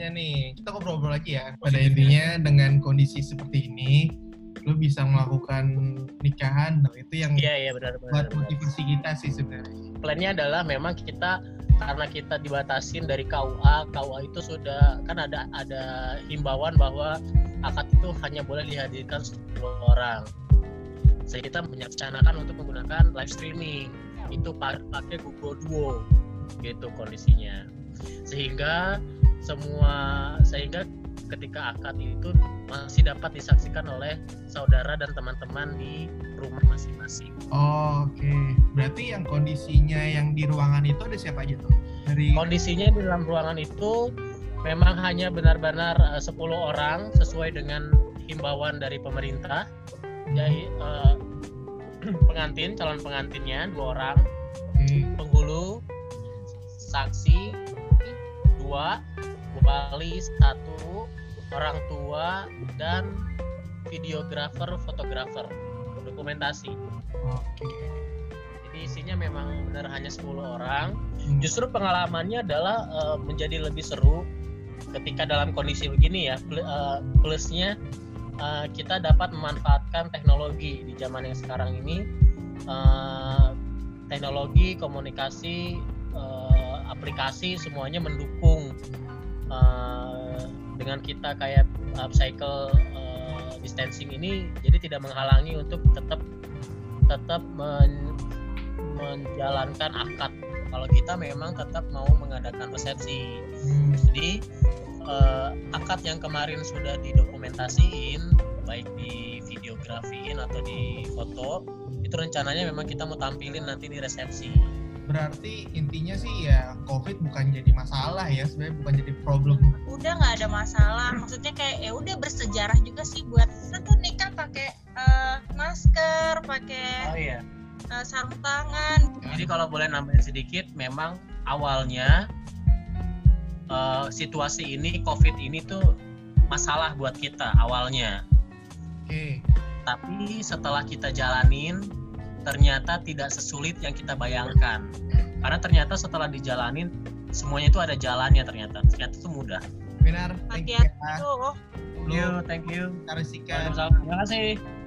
misalnya nih, kita ngobrol lagi ya. Pada intinya dengan kondisi seperti ini, lo bisa melakukan nikahan, nah itu yang Iya benar. buat motivasi kita sih sebenarnya. Plannya adalah memang kita karena kita dibatasin dari KUA itu sudah kan ada himbauan bahwa akad itu hanya boleh dihadirkan 10 orang. Sehingga kita merencanakan untuk menggunakan live streaming itu pakai Google Duo gitu kondisinya. Sehingga ketika akad itu masih dapat disaksikan oleh saudara dan teman-teman di rumah masing-masing. Oke. Berarti yang kondisinya yang di ruangan itu ada siapa aja tuh? Kondisinya di dalam ruangan itu memang hanya benar-benar 10 orang sesuai dengan himbauan dari pemerintah. Jadi calon pengantinnya 2 orang, penghulu, saksi 2, wali 1, orang tua, dan videografer, fotografer, dokumentasi. Oke. Jadi isinya memang benar hanya 10 orang. Justru pengalamannya adalah menjadi lebih seru ketika dalam kondisi begini ya. Plusnya kita dapat memanfaatkan teknologi di zaman yang sekarang ini, teknologi, komunikasi, aplikasi semuanya mendukung dengan kita kayak cycle distancing ini, jadi tidak menghalangi untuk tetap menjalankan akad. Kalau kita memang tetap mau mengadakan resepsi. Jadi akad yang kemarin sudah didokumentasiin, baik di videografiin atau di foto, itu rencananya memang kita mau tampilin nanti di resepsi. Berarti intinya sih ya COVID bukan jadi masalah ya, sebenarnya bukan jadi problem. Udah nggak ada masalah, maksudnya kayak ya udah bersejarah juga sih buat kita tuh nikah pakai masker, pakai sarung tangan. Jadi kalau boleh nambahin sedikit, memang awalnya situasi ini COVID ini tuh masalah buat kita awalnya. Tapi setelah kita jalanin, ternyata tidak sesulit yang kita bayangkan. Karena ternyata setelah dijalanin, semuanya itu ada jalannya ternyata itu mudah. Benar. Hati-hati Thank you. Tarisika. Terima kasih.